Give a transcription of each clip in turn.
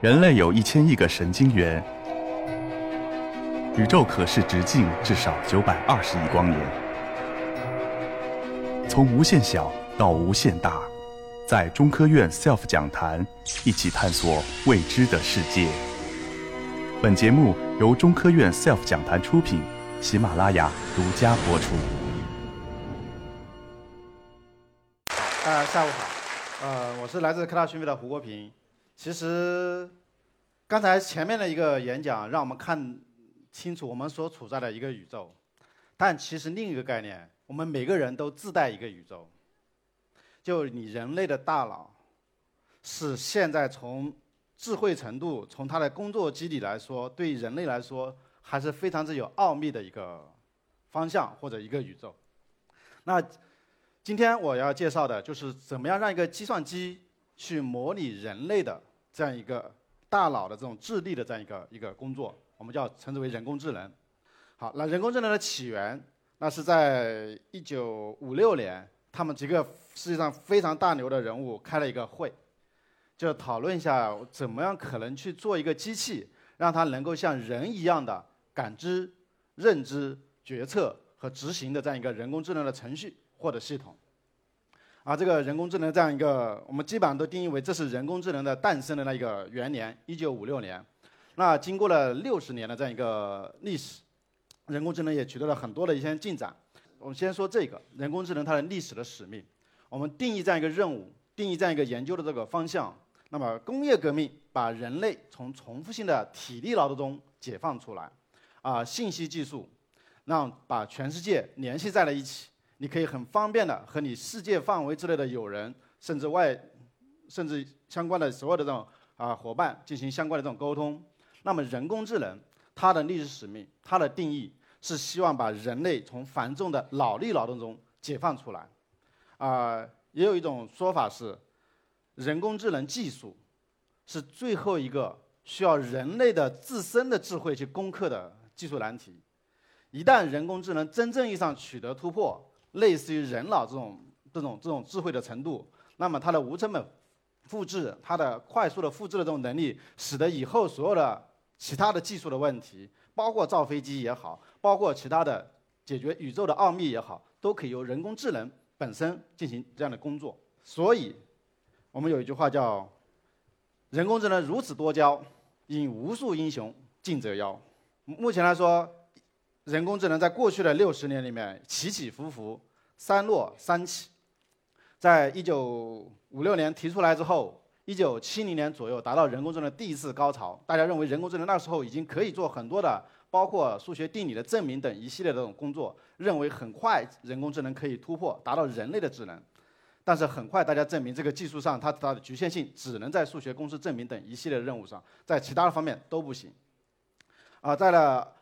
人类有1000亿个神经元，宇宙可视直径至少920亿光年。从无限小到无限大，在中科院 SELF 讲坛一起探索未知的世界。本节目由中科院 SELF 讲坛出品，喜马拉雅独家播出。 下午好，我是来自科大讯飞的胡国平。其实，刚才前面的一个演讲让我们看清楚我们所处在的一个宇宙，但其实另一个概念，我们每个人都自带一个宇宙。就你人类的大脑，是现在从智慧程度，从它的工作机理来说，对人类来说还是非常之有奥秘的一个方向或者一个宇宙。那今天我要介绍的就是怎么样让一个计算机去模拟人类的这样一个大脑的这种智力的这样一个工作，我们称之为人工智能。好，那人工智能的起源，那是在1956年，他们几个世界上非常大牛的人物开了一个会，就讨论一下怎么样可能去做一个机器，让它能够像人一样的感知、认知、决策和执行的这样一个人工智能的程序或者系统。这个人工智能这样一个，我们基本上都定义为这是人工智能的诞生的那一个元年，1956年。那经过了60年的这样一个历史，人工智能也取得了很多的一些进展。我们先说这个人工智能它的历史的使命，我们定义这样一个任务，定义这样一个研究的这个方向。那么工业革命把人类从重复性的体力劳动中解放出来，信息技术让把全世界联系在了一起。你可以很方便的和你世界范围之内的友人，甚至相关的所有的这种伙伴进行相关的这种沟通。那么人工智能它的历史使命，它的定义是希望把人类从繁重的脑力劳动中解放出来。也有一种说法是，人工智能技术是最后一个需要人类的自身的智慧去攻克的技术难题。一旦人工智能真正意义上取得突破，类似于人脑这种智慧的程度，那么它的无成本复制，它的快速的复制的这种能力，使得以后所有的其他的技术的问题，包括造飞机也好，包括其他的解决宇宙的奥秘也好，都可以由人工智能本身进行这样的工作。所以，我们有一句话叫“人工智能如此多骄，引无数英雄竞折腰”。目前来说，人工智能在过去的60年里面起起伏伏，三落三起。在1956年提出来之后，1970年左右达到人工智能第一次高潮。大家认为人工智能那时候已经可以做很多的，包括数学定理的证明等一系列的这种工作，认为很快人工智能可以突破，达到人类的智能。但是很快大家证明这个技术上它的局限性只能在数学公式证明等一系列的任务上，在其他的方面都不行。在了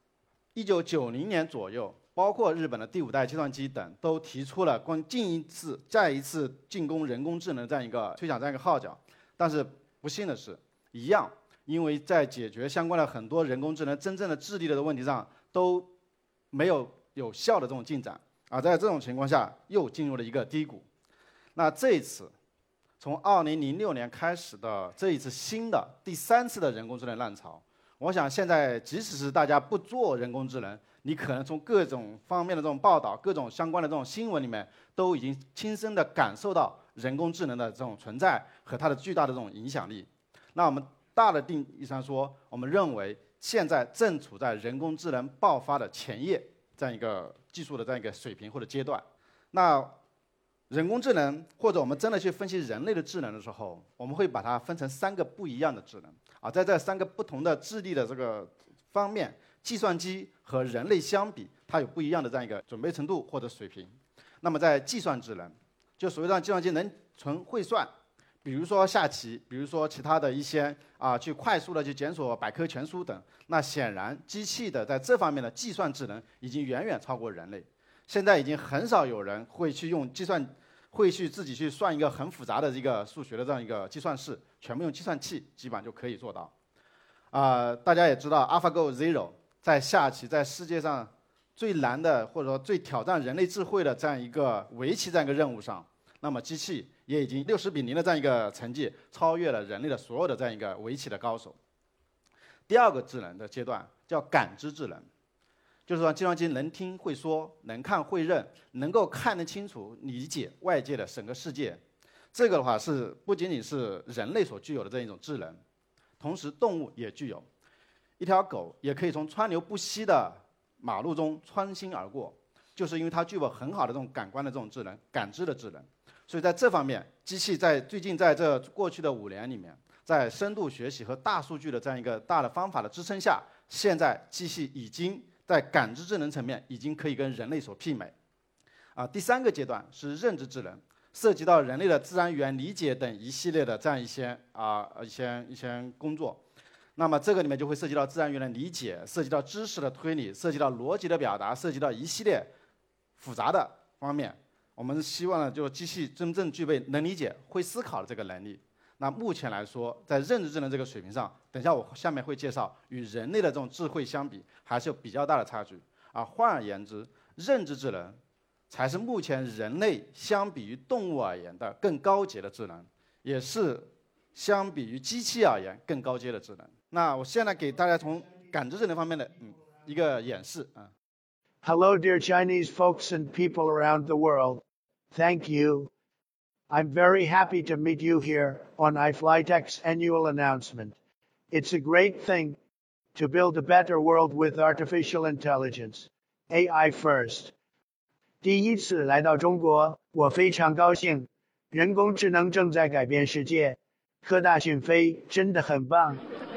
1990年左右，包括日本的第5代计算机等，都提出了再一次进攻人工智能这样一个推响这样一个号角。但是不幸的是，一样，因为在解决相关的很多人工智能真正的智力的问题上，都没有有效的这种进展。在这种情况下，又进入了一个低谷。那这一次，从2006年开始的这一次新的第3次的人工智能浪潮，我想现在即使是大家不做人工智能，你可能从各种方面的这种报道、各种相关的这种新闻里面，都已经亲身的感受到人工智能的这种存在和它的巨大的这种影响力。那我们大的定义上说，我们认为现在正处在人工智能爆发的前夜这样一个技术的这样一个水平或者阶段。那人工智能，或者我们真的去分析人类的智能的时候，我们会把它分成3个不一样的智能。在这3个不同的智力的这个方面，计算机和人类相比，它有不一样的这样一个准备程度或者水平。那么在计算智能，就所谓让计算机能纯会算，比如说下棋，比如说其他的一些去快速的去检索百科全书等，那显然机器的在这方面的计算智能已经远远超过人类。现在已经很少有人会去自己去算一个很复杂的一个数学的这样一个计算式，全部用计算器基本上就可以做到。大家也知道 AlphaGo Zero 在下棋在世界上最难的或者说最挑战人类智慧的这样一个围棋这样一个任务上，那么机器也已经60-0的这样一个成绩，超越了人类的所有的这样一个围棋的高手。第二个智能的阶段叫感知智能，就是说计算机能听会说，能看会认，能够看得清楚、理解外界的整个世界。这个的话是不仅仅是人类所具有的这样一种智能，同时动物也具有。一条狗也可以从川流不息的马路中穿行而过，就是因为它具有很好的这种感官的这种智能、感知的智能。所以在这方面，机器最近在这过去的5年里面，在深度学习和大数据的这样一个大的方法的支撑下，现在机器已经在感知智能层面已经可以跟人类所媲美。第3个阶段是认知智能，涉及到人类的自然语言理解等一系列的这样一些工作。那么这个里面就会涉及到自然语言的理解，涉及到知识的推理，涉及到逻辑的表达，涉及到一系列复杂的方面。我们希望呢，就是机器真正具备能理解、会思考的这个能力。那目前来说，在认知智能这个水平上，等一下我下面会介绍，与人类的这种智慧相比，还是有比较大的差距。换而言之，认知智能才是目前人类相比于动物而言的更高阶的智能，也是相比于机器而言更高阶的智能。那我现在给大家从感知智能方面的一个演示啊。 Hello, dear Chinese folks and people around the world. Thank you. I'm very happy to meet you here on iFlyTech's annual announcement. It's a great thing to build a better world with artificial intelligence, AI first. 第一次来到中国，我非常高兴。人工智能正在改变世界，科大讯飞真的很棒。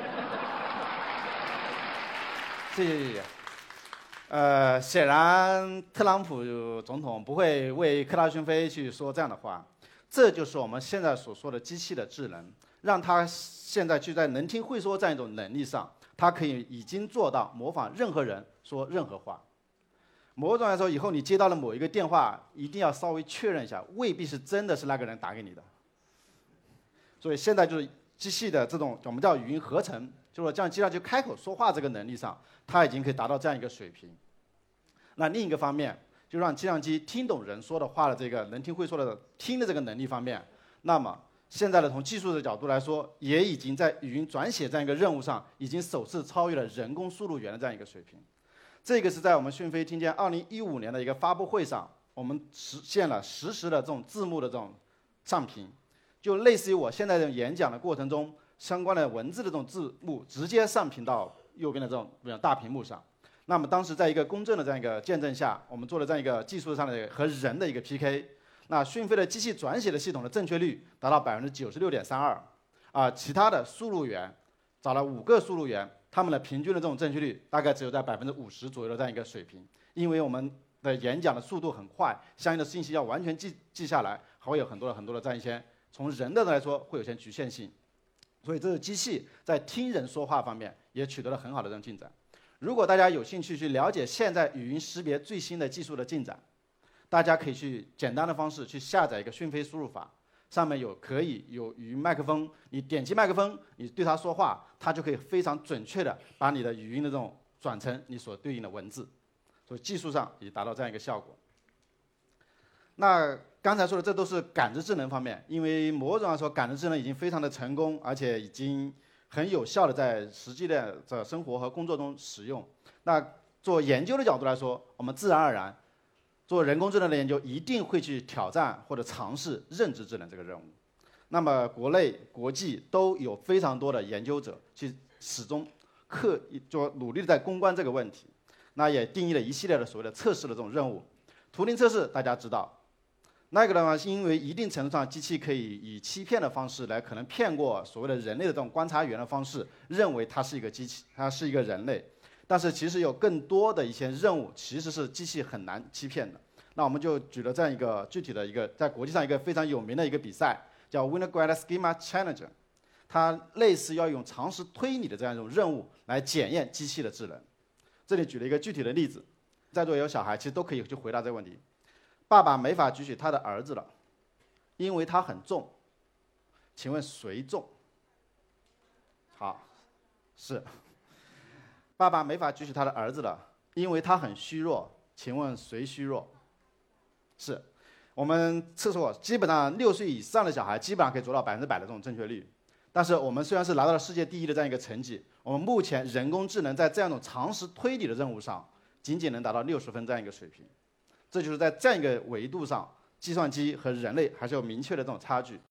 谢谢。显然特朗普总统不会为科大讯飞去说这样的话，这就是我们现在所说的机器的智能，让它现在就在能听会说这样一种能力上，它可以已经做到模仿任何人说任何话。某种来说，以后你接到了某一个电话，一定要稍微确认一下，未必是真的是那个人打给你的。所以现在就是机器的这种我们叫语音合成，就是这样机器就开口说话这个能力上，它已经可以达到这样一个水平。那另一个方面，就让计算机听懂人说的话的这个能听会说的听的这个能力方面，那么现在的从技术的角度来说，也已经在语音转写这样一个任务上，已经首次超越了人工输入源的这样一个水平。这个是在我们讯飞听见2015年的一个发布会上，我们实现了实时的这种字幕的这种上屏，就类似于我现在的演讲的过程中，相关的文字的这种字幕直接上屏到右边的这种大屏幕上。那么当时在一个公正的这样一个见证下，我们做了这样一个技术上的和人的一个 PK。那讯飞的机器转写的系统的正确率达到96.32%，其他的输入源找了5个输入源，他们的平均的这种正确率大概只有在50%左右的这样一个水平。因为我们的演讲的速度很快，相应的信息要完全记下来，还会有很多的这样一些从人的来说会有些局限性。所以这个机器在听人说话方面也取得了很好的这种进展。如果大家有兴趣去了解现在语音识别最新的技术的进展，大家可以去简单的方式去下载一个讯飞输入法，上面可以有语音麦克风，你点击麦克风，你对它说话，它就可以非常准确的把你的语音的这种转成你所对应的文字，所以技术上也达到这样一个效果。那刚才说的这都是感知智能方面，因为某种来说感知智能已经非常的成功，而且已经很有效的在实际的生活和工作中使用。那做研究的角度来说，我们自然而然做人工智能的研究一定会去挑战或者尝试认知智能这个任务。那么国内国际都有非常多的研究者去始终努力的在攻关这个问题。那也定义了一系列的所谓的测试的这种任务。图灵测试大家知道，那个的话是因为一定程度上机器可以以欺骗的方式来可能骗过所谓的人类的这种观察员的方式，认为它是一个机器，它是一个人类。但是其实有更多的一些任务其实是机器很难欺骗的。那我们就举了这样一个具体的一个在国际上一个非常有名的一个比赛，叫 Winograd Schema Challenger， 它类似要用常识推理的这样一种任务来检验机器的智能。这里举了一个具体的例子，在座有小孩其实都可以去回答这个问题。爸爸没法举起他的儿子了，因为他很重。请问谁重？好，是。爸爸没法举起他的儿子了，因为他很虚弱。请问谁虚弱？是。 我们测试过，基本上6岁以上的小孩基本上可以做到100%的这种正确率。但是我们虽然是拿到了世界第1的这样一个成绩，我们目前人工智能在这样一种常识推理的任务上，仅仅能达到60分这样一个水平。这就是在这样一个维度上，计算机和人类还是有明确的这种差距。